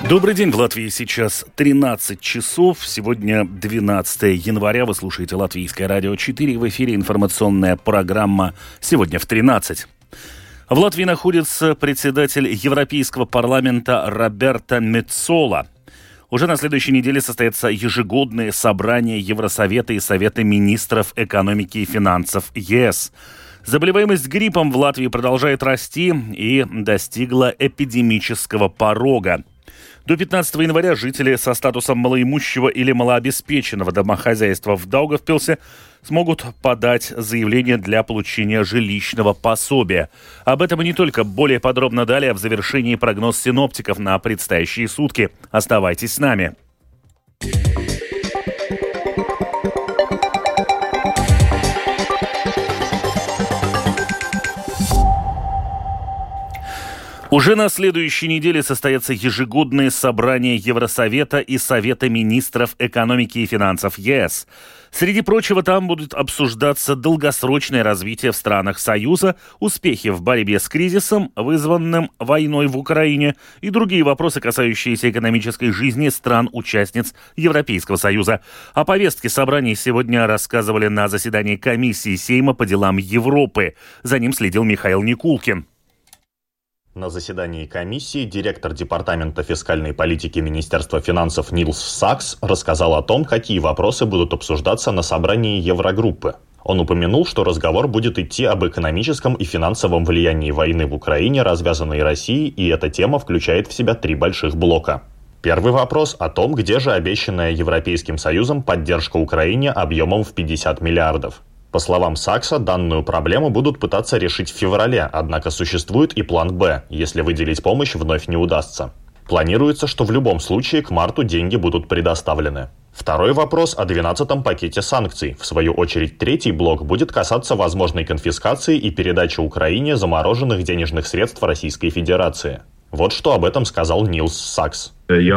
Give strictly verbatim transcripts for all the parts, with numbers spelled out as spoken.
Добрый день, в Латвии сейчас тринадцать часов, сегодня двенадцатое января, вы слушаете Латвийское радио четыре, в эфире информационная программа «Сегодня в тринадцать». В Латвии находится председатель Европейского парламента Роберто Меццола. Уже на следующей неделе состоятся ежегодные собрания Евросовета и Совета министров экономики и финансов ЕС. Заболеваемость гриппом в Латвии продолжает расти и достигла эпидемического порога. До пятнадцатого января жители со статусом малоимущего или малообеспеченного домохозяйства в Даугавпилсе смогут подать заявление для получения жилищного пособия. Об этом и не только. Более подробно далее в завершении прогноз синоптиков на предстоящие сутки. Оставайтесь с нами. Уже на следующей неделе состоятся ежегодные собрания Евросовета и Совета министров экономики и финансов ЕС. Среди прочего, там будет обсуждаться долгосрочное развитие в странах Союза, успехи в борьбе с кризисом, вызванным войной в Украине, и другие вопросы, касающиеся экономической жизни стран-участниц Европейского Союза. О повестке собраний сегодня рассказывали на заседании комиссии Сейма по делам Европы. За ним следил Михаил Никулкин. На заседании комиссии директор Департамента фискальной политики Министерства финансов Нилс Сакс рассказал о том, какие вопросы будут обсуждаться на собрании Еврогруппы. Он упомянул, что разговор будет идти об экономическом и финансовом влиянии войны в Украине, развязанной Россией, и эта тема включает в себя три больших блока. Первый вопрос о том, где же обещанная Европейским Союзом поддержка Украине объемом в пятьдесят миллиардов. По словам Сакса, данную проблему будут пытаться решить в феврале, однако существует и план «Б», если выделить помощь вновь не удастся. Планируется, что в любом случае к марту деньги будут предоставлены. Второй вопрос о двенадцатом пакете санкций. В свою очередь, третий блок будет касаться возможной конфискации и передачи Украине замороженных денежных средств Российской Федерации. Вот что об этом сказал Нилс Сакс.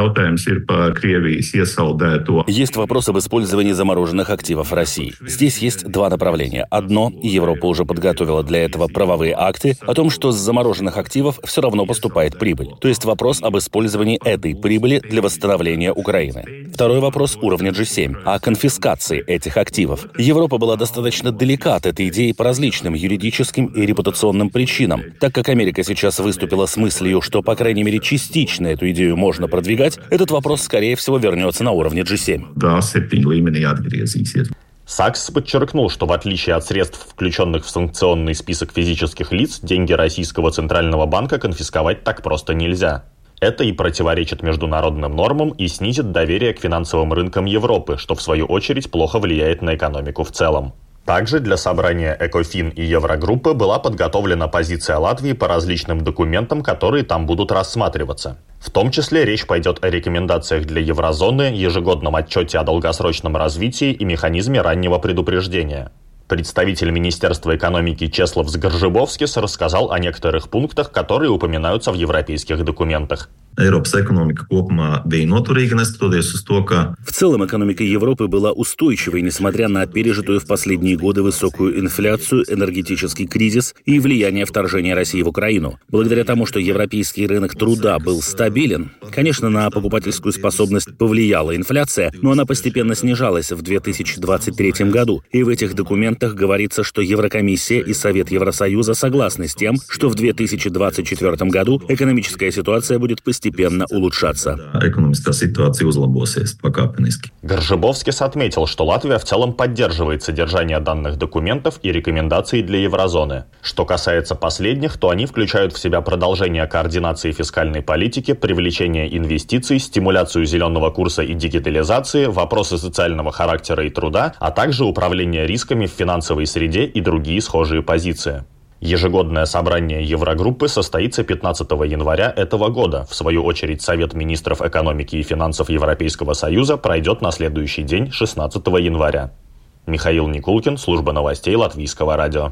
Есть вопрос об использовании замороженных активов России. Здесь есть два направления. Одно, Европа уже подготовила для этого правовые акты о том, что с замороженных активов все равно поступает прибыль. То есть вопрос об использовании этой прибыли для восстановления Украины. Второй вопрос уровня джи семь, о конфискации этих активов. Европа была достаточно далека от этой идеи по различным юридическим и репутационным причинам. Так как Америка сейчас выступила с мыслью, что, по крайней мере, частично эту идею можно продвигать, этот вопрос, скорее всего, вернется на уровне джи семь. Сакс подчеркнул, что в отличие от средств, включенных в санкционный список физических лиц, деньги Российского Центрального банка конфисковать так просто нельзя. Это и противоречит международным нормам и снизит доверие к финансовым рынкам Европы, что в свою очередь плохо влияет на экономику в целом. Также для собрания Экофин и Еврогруппы была подготовлена позиция Латвии по различным документам, которые там будут рассматриваться. В том числе речь пойдет о рекомендациях для еврозоны, ежегодном отчете о долгосрочном развитии и механизме раннего предупреждения. Представитель Министерства экономики Чеслав Сгаржибовскис рассказал о некоторых пунктах, которые упоминаются в европейских документах. В целом экономика Европы была устойчивой, несмотря на пережитую в последние годы высокую инфляцию, энергетический кризис и влияние вторжения России в Украину. Благодаря тому, что европейский рынок труда был стабилен, конечно, на покупательскую способность повлияла инфляция, но она постепенно снижалась в две тысячи двадцать третьем году. И в этих документах говорится, что Еврокомиссия и Совет Евросоюза согласны с тем, что в две тысячи двадцать четвёртом году экономическая ситуация будет постепенно постепенно улучшаться. Горжибовскис отметил, что Латвия в целом поддерживает содержание данных документов и рекомендаций для еврозоны. Что касается последних, то они включают в себя продолжение координации фискальной политики, привлечение инвестиций, стимуляцию зеленого курса и дигитализации, вопросы социального характера и труда, а также управление рисками в финансовой среде и другие схожие позиции. Ежегодное собрание Еврогруппы состоится пятнадцатого января этого года. В свою очередь, Совет министров экономики и финансов Европейского Союза пройдет на следующий день, шестнадцатого января. Михаил Никулкин, служба новостей Латвийского радио.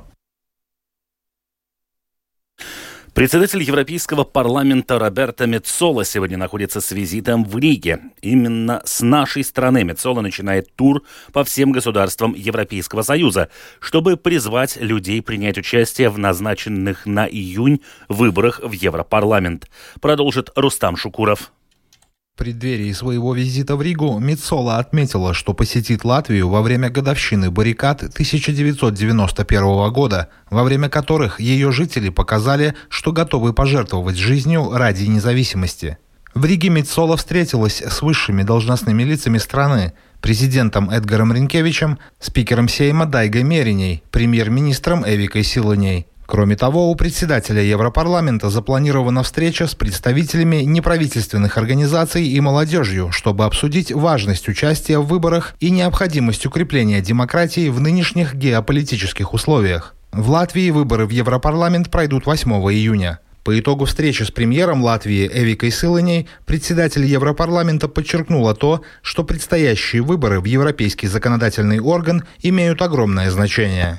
Председатель Европейского парламента Роберто Меццола сегодня находится с визитом в Риге. Именно с нашей страны Меццола начинает тур по всем государствам Европейского Союза, чтобы призвать людей принять участие в назначенных на июнь выборах в Европарламент. Продолжит Рустам Шукуров. В преддверии своего визита в Ригу Мецола отметила, что посетит Латвию во время годовщины баррикад тысяча девятьсот девяносто первого года, во время которых ее жители показали, что готовы пожертвовать жизнью ради независимости. В Риге Мецола встретилась с высшими должностными лицами страны, президентом Эдгаром Ринкевичем, спикером Сейма Дайгой Мериней, премьер-министром Эвикой Силаней. Кроме того, у председателя Европарламента запланирована встреча с представителями неправительственных организаций и молодежью, чтобы обсудить важность участия в выборах и необходимость укрепления демократии в нынешних геополитических условиях. В Латвии выборы в Европарламент пройдут восьмого июня. По итогу встречи с премьером Латвии Эвикой Силаней председатель Европарламента подчеркнула то, что предстоящие выборы в Европейский законодательный орган имеют огромное значение.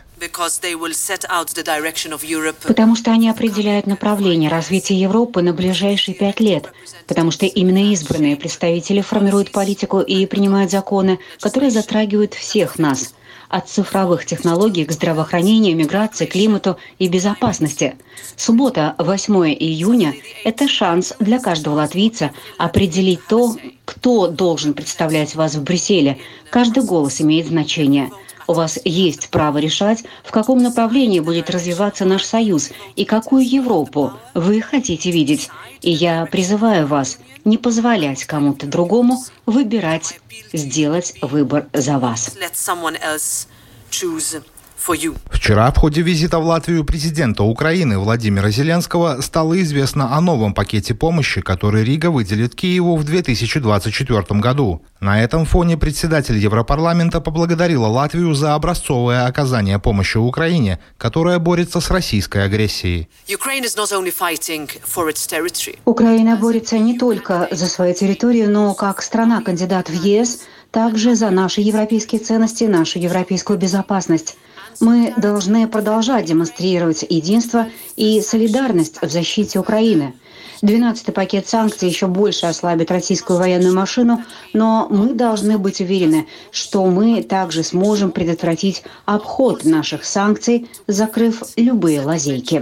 Потому что они определяют направление развития Европы на ближайшие пять лет. Потому что именно избранные представители формируют политику и принимают законы, которые затрагивают всех нас. От цифровых технологий к здравоохранению, миграции, климату и безопасности. Суббота, восьмого июня – это шанс для каждого латвийца определить то, кто должен представлять вас в Брюсселе. Каждый голос имеет значение. У вас есть право решать, в каком направлении будет развиваться наш союз и какую Европу вы хотите видеть. И я призываю вас не позволять кому-то другому выбирать, сделать выбор за вас. Вчера в ходе визита в Латвию президента Украины Владимира Зеленского стало известно о новом пакете помощи, который Рига выделит Киеву в две тысячи двадцать четвёртом году. На этом фоне председатель Европарламента поблагодарила Латвию за образцовое оказание помощи Украине, которая борется с российской агрессией. Украина борется не только за свою территорию, но как страна-кандидат в ЕС, также за наши европейские ценности, нашу европейскую безопасность. Мы должны продолжать демонстрировать единство и солидарность в защите Украины. двенадцатый пакет санкций еще больше ослабит российскую военную машину, но мы должны быть уверены, что мы также сможем предотвратить обход наших санкций, закрыв любые лазейки.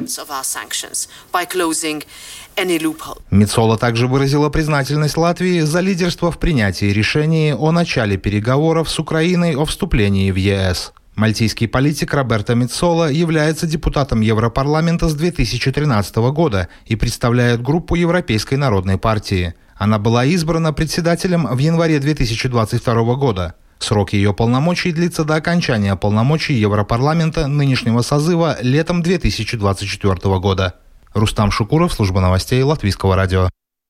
Мецола также выразила признательность Латвии за лидерство в принятии решения о начале переговоров с Украиной о вступлении в ЕС. Мальтийский политик Роберто Мецола является депутатом Европарламента с две тысячи тринадцатого года и представляет группу Европейской народной партии. Она была избрана председателем в январе две тысячи двадцать второго года. Срок ее полномочий длится до окончания полномочий Европарламента нынешнего созыва летом две тысячи двадцать четвёртого года. Рустам Шукуров, служба новостей Латвийского радио.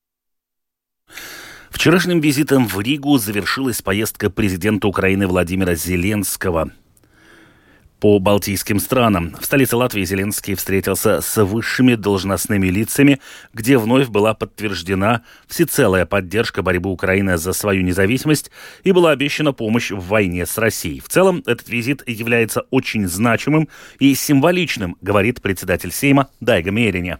Вчерашним визитом в Ригу завершилась поездка президента Украины Владимира Зеленского по балтийским странам. В столице Латвии Зеленский встретился с высшими должностными лицами, где вновь была подтверждена всецелая поддержка борьбы Украины за свою независимость и была обещана помощь в войне с Россией. В целом, этот визит является очень значимым и символичным, говорит председатель Сейма Дайга Мериня.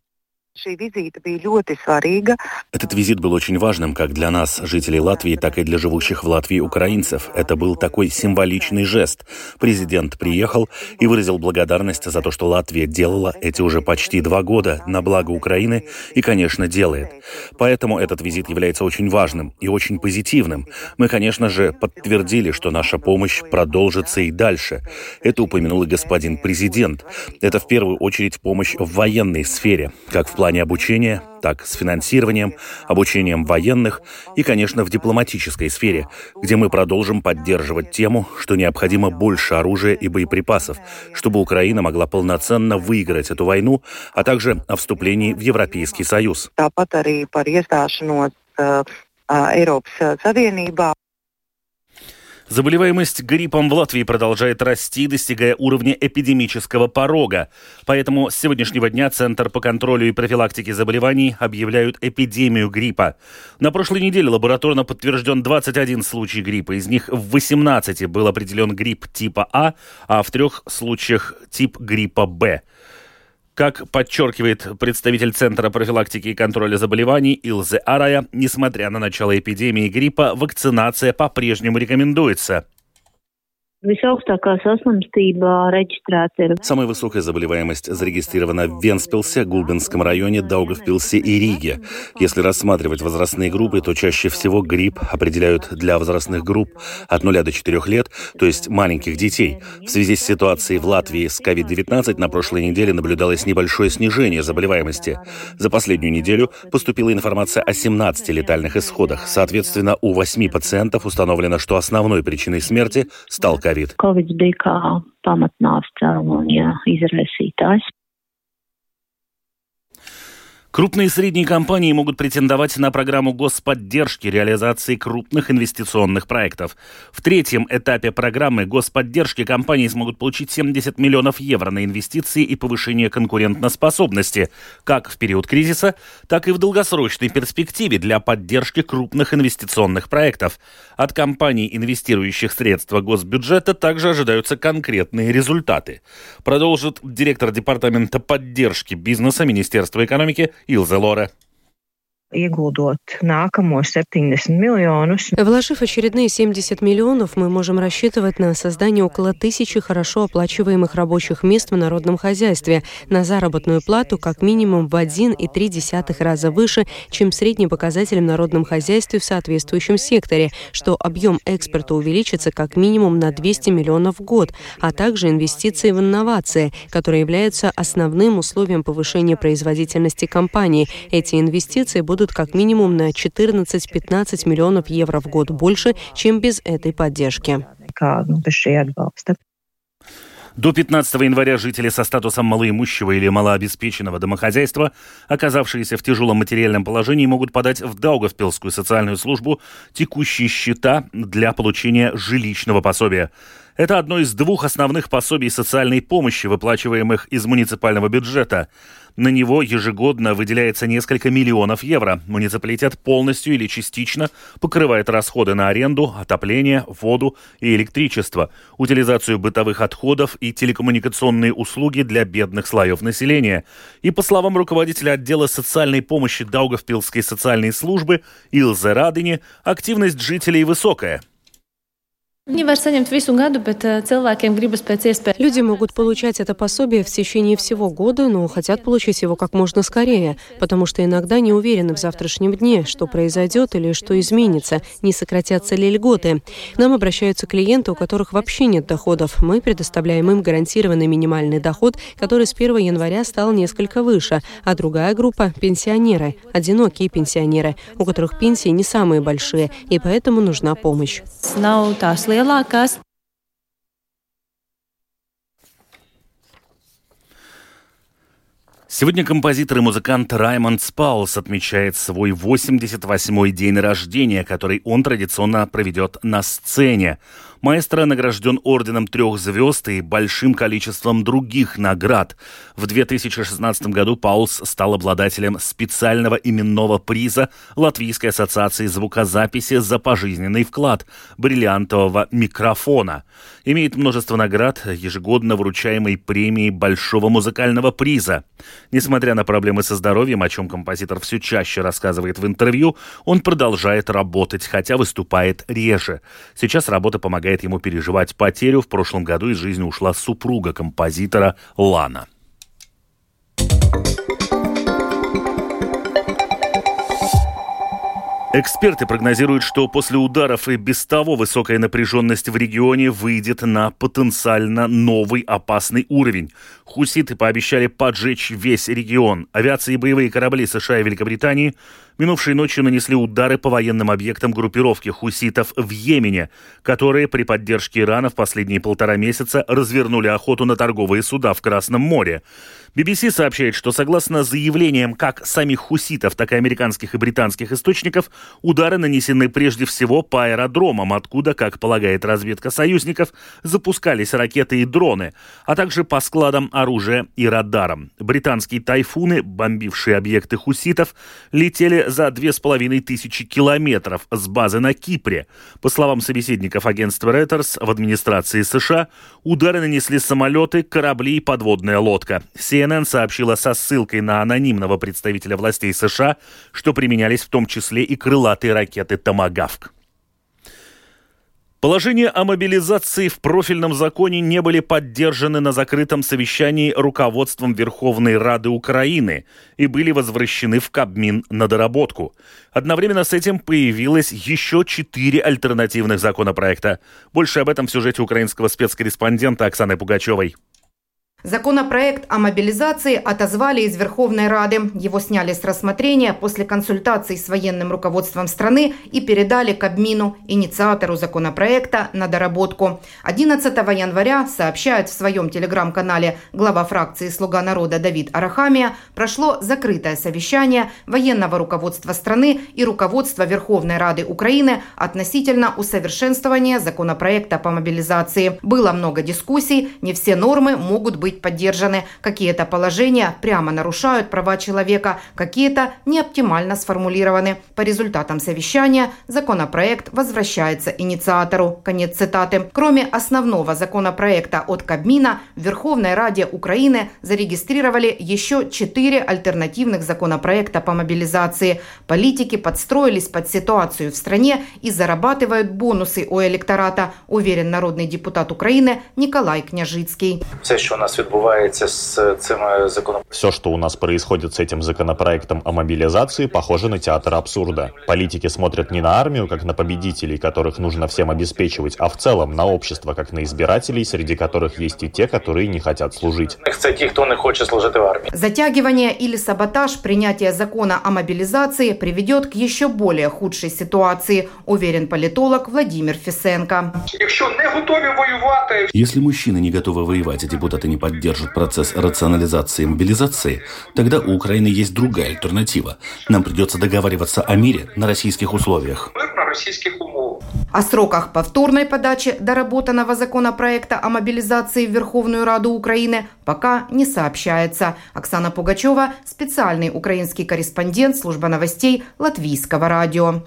Этот визит был очень важным как для нас, жителей Латвии, так и для живущих в Латвии украинцев. Это был такой символичный жест. Президент приехал и выразил благодарность за то, что Латвия делала эти уже почти два года на благо Украины и, конечно, делает. Поэтому этот визит является очень важным и очень позитивным. Мы, конечно же, подтвердили, что наша помощь продолжится и дальше. Это упомянул и господин президент. Это в первую очередь помощь в военной сфере, как в плане В плане обучения, так с финансированием, обучением военных и, конечно, в дипломатической сфере, где мы продолжим поддерживать тему, что необходимо больше оружия и боеприпасов, чтобы Украина могла полноценно выиграть эту войну, а также о вступлении в Европейский Союз. Заболеваемость гриппом в Латвии продолжает расти, достигая уровня эпидемического порога. Поэтому с сегодняшнего дня Центр по контролю и профилактике заболеваний объявляют эпидемию гриппа. На прошлой неделе лабораторно подтвержден двадцать один случай гриппа. Из них в восемнадцати был определен грипп типа А, а в трех случаях тип гриппа Б. Как подчеркивает представитель Центра профилактики и контроля заболеваний Илзе Арая, несмотря на начало эпидемии гриппа, вакцинация по-прежнему рекомендуется. Самая высокая заболеваемость зарегистрирована в Вентспилсе, Гулбинском районе, Даугавпилсе и Риге. Если рассматривать возрастные группы, то чаще всего грипп определяют для возрастных групп от нуля до четырёх лет, то есть маленьких детей. В связи с ситуацией в Латвии с ковид девятнадцать на прошлой неделе наблюдалось небольшое снижение заболеваемости. За последнюю неделю поступила информация о семнадцати летальных исходах. Соответственно, у восьми пациентов установлено, что основной причиной смерти стал ковид. Крупные и средние компании могут претендовать на программу господдержки реализации крупных инвестиционных проектов. В третьем этапе программы господдержки компании смогут получить семьдесят миллионов евро на инвестиции и повышение конкурентоспособности, как в период кризиса, так и в долгосрочной перспективе для поддержки крупных инвестиционных проектов. От компаний, инвестирующих средства госбюджета, также ожидаются конкретные результаты. Продолжит директор департамента поддержки бизнеса Министерства экономики Илза Лоре. Вложив очередные семьдесят миллионов, мы можем рассчитывать на создание около тысячи хорошо оплачиваемых рабочих мест в народном хозяйстве, на заработную плату как минимум в один и три десятых раза выше, чем средний показатель в народном хозяйстве в соответствующем секторе, что объем экспорта увеличится как минимум на двести миллионов в год, а также инвестиции в инновации, которые являются основным условием повышения производительности компании. Эти инвестиции будут будут как минимум на четырнадцать-пятнадцать миллионов евро в год больше, чем без этой поддержки. До пятнадцатого января жители со статусом малоимущего или малообеспеченного домохозяйства, оказавшиеся в тяжелом материальном положении, могут подать в Даугавпилскую социальную службу текущие счета для получения жилищного пособия. Это одно из двух основных пособий социальной помощи, выплачиваемых из муниципального бюджета. На него ежегодно выделяется несколько миллионов евро. Муниципалитет полностью или частично покрывает расходы на аренду, отопление, воду и электричество, утилизацию бытовых отходов и телекоммуникационные услуги для бедных слоев населения. И по словам руководителя отдела социальной помощи Даугавпилской социальной службы Илзы Радини, активность жителей высокая. Люди могут получать это пособие в течение всего года, но хотят получить его как можно скорее, потому что иногда не уверены в завтрашнем дне, что произойдет или что изменится, не сократятся ли льготы. К нам обращаются клиенты, у которых вообще нет доходов. Мы предоставляем им гарантированный минимальный доход, который с первого января стал несколько выше, а другая группа – пенсионеры, одинокие пенсионеры, у которых пенсии не самые большие, и поэтому нужна помощь. Lielākās. Сегодня композитор и музыкант Раймонд Спаулс отмечает свой восемьдесят восьмой день рождения, который он традиционно проведет на сцене. Маэстро награжден орденом трех звезд и большим количеством других наград. В две тысячи шестнадцатом году Паулс стал обладателем специального именного приза Латвийской ассоциации звукозаписи за пожизненный вклад бриллиантового микрофона. Имеет множество наград, ежегодно вручаемой премии Большого музыкального приза. Несмотря на проблемы со здоровьем, о чем композитор все чаще рассказывает в интервью, он продолжает работать, хотя выступает реже. Сейчас работа помогает ему переживать потерю. В прошлом году из жизни ушла супруга композитора Лана. Эксперты прогнозируют, что после ударов и без того высокая напряженность в регионе выйдет на потенциально новый опасный уровень. Хуситы пообещали поджечь весь регион. Авиация и боевые корабли США и Великобритании минувшей ночью нанесли удары по военным объектам группировки хуситов в Йемене, которые при поддержке Ирана в последние полтора месяца развернули охоту на торговые суда в Красном море. би би си сообщает, что согласно заявлениям как самих хуситов, так и американских и британских источников, удары нанесены прежде всего по аэродромам, откуда, как полагает разведка союзников, запускались ракеты и дроны, а также по складам оружия и радарам. Британские тайфуны, бомбившие объекты хуситов, летели за две с половиной тысячи километров с базы на Кипре. По словам собеседников агентства Reuters, в администрации США удары нанесли самолеты, корабли и подводная лодка. си эн эн сообщила со ссылкой на анонимного представителя властей США, что применялись в том числе и крылатые ракеты «Томагавк». Положения о мобилизации в профильном законе не были поддержаны на закрытом совещании руководством Верховной Рады Украины и были возвращены в Кабмин на доработку. Одновременно с этим появилось еще четыре альтернативных законопроекта. Больше об этом в сюжете украинского спецкорреспондента Оксаны Пугачевой. Законопроект о мобилизации отозвали из Верховной Рады. Его сняли с рассмотрения после консультаций с военным руководством страны и передали Кабмину, инициатору законопроекта, на доработку. одиннадцатого января, сообщает в своем телеграм-канале глава фракции «Слуга народа» Давид Арахамия, прошло закрытое совещание военного руководства страны и руководства Верховной Рады Украины относительно усовершенствования законопроекта по мобилизации. Было много дискуссий, не все нормы могут быть поддержаны. Какие-то положения прямо нарушают права человека, какие-то не оптимально сформулированы. По результатам совещания законопроект возвращается инициатору. Конец цитаты. Кроме основного законопроекта от Кабмина, в Верховной Раде Украины зарегистрировали еще четыре альтернативных законопроекта по мобилизации. Политики подстроились под ситуацию в стране и зарабатывают бонусы у электората, уверен народный депутат Украины Николай Княжицкий. Все, что у нас відбувається з цим законом. Все, что у нас происходит с этим законопроектом о мобилизации, похоже на театр абсурда. Политики смотрят не на армию, как на победителей, которых нужно всем обеспечивать, а в целом на общество, как на избирателей, среди которых есть и те, которые не хотят служить. Це ті, хто не хоче служити в армии. Затягивание или саботаж принятия закона о мобилизации приведет к еще более худшей ситуации, уверен политолог Владимир Фисенко. Якщо не готові воювати, если мужчины не готовы воевать, а депутаты не поддержат процесс рационализации и мобилизации, тогда у Украины есть другая альтернатива. Нам придется договариваться о мире на российских условиях. мир на російських умовах. О сроках повторной подачи доработанного законопроекта о мобилизации в Верховную Раду Украины пока не сообщается. Оксана Пугачева, специальный украинский корреспондент, служба новостей Латвийского радио.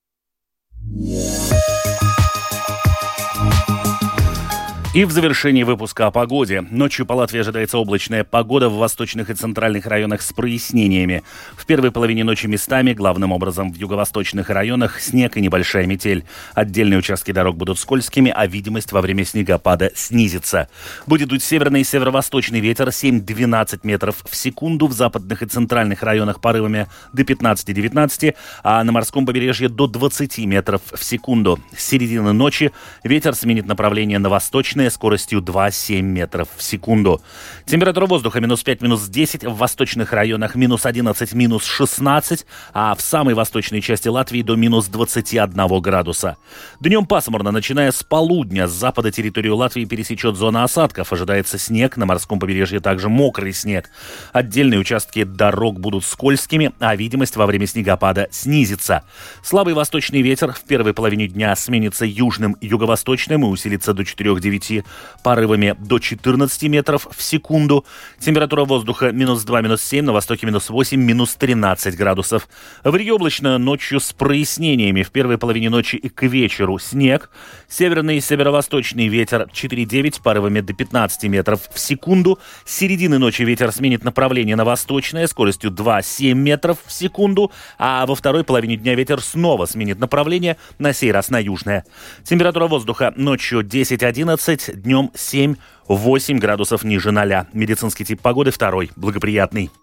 И в завершении выпуска о погоде. Ночью по Латвии ожидается облачная погода в восточных и центральных районах с прояснениями. В первой половине ночи местами, главным образом в юго-восточных районах, снег и небольшая метель. Отдельные участки дорог будут скользкими, а видимость во время снегопада снизится. Будет дуть северный и северо-восточный ветер семь-двенадцать метров в секунду. В западных и центральных районах порывами до пятнадцати-девятнадцати, а на морском побережье до двадцати метров в секунду. С середины ночи ветер сменит направление на восточный, скоростью два-семь метров в секунду. Температура воздуха минус пять, минус десять, в восточных районах минус одиннадцать, минус шестнадцать, а в самой восточной части Латвии до минус двадцати одного градуса. Днем пасмурно, начиная с полудня. С запада территорию Латвии пересечет зона осадков. Ожидается снег, на морском побережье также мокрый снег. Отдельные участки дорог будут скользкими, а видимость во время снегопада снизится. Слабый восточный ветер в первой половине дня сменится южным, юго-восточным и усилится до четырёх-девяти, порывами до четырнадцати метров в секунду. Температура воздуха минус два, минус семь, на востоке минус восемь, минус тринадцать градусов. В Риге облачно, ночью с прояснениями. В первой половине ночи и к вечеру снег. Северный и северо-восточный ветер четыре-девять, порывами до пятнадцати метров в секунду. С середины ночи ветер сменит направление на восточное скоростью два-семь метров в секунду. А во второй половине дня ветер снова сменит направление, на сей раз на южное. Температура воздуха ночью десять-одиннадцать, днем семь-восемь градусов ниже ноля. Медицинский тип погоды второй, благоприятный.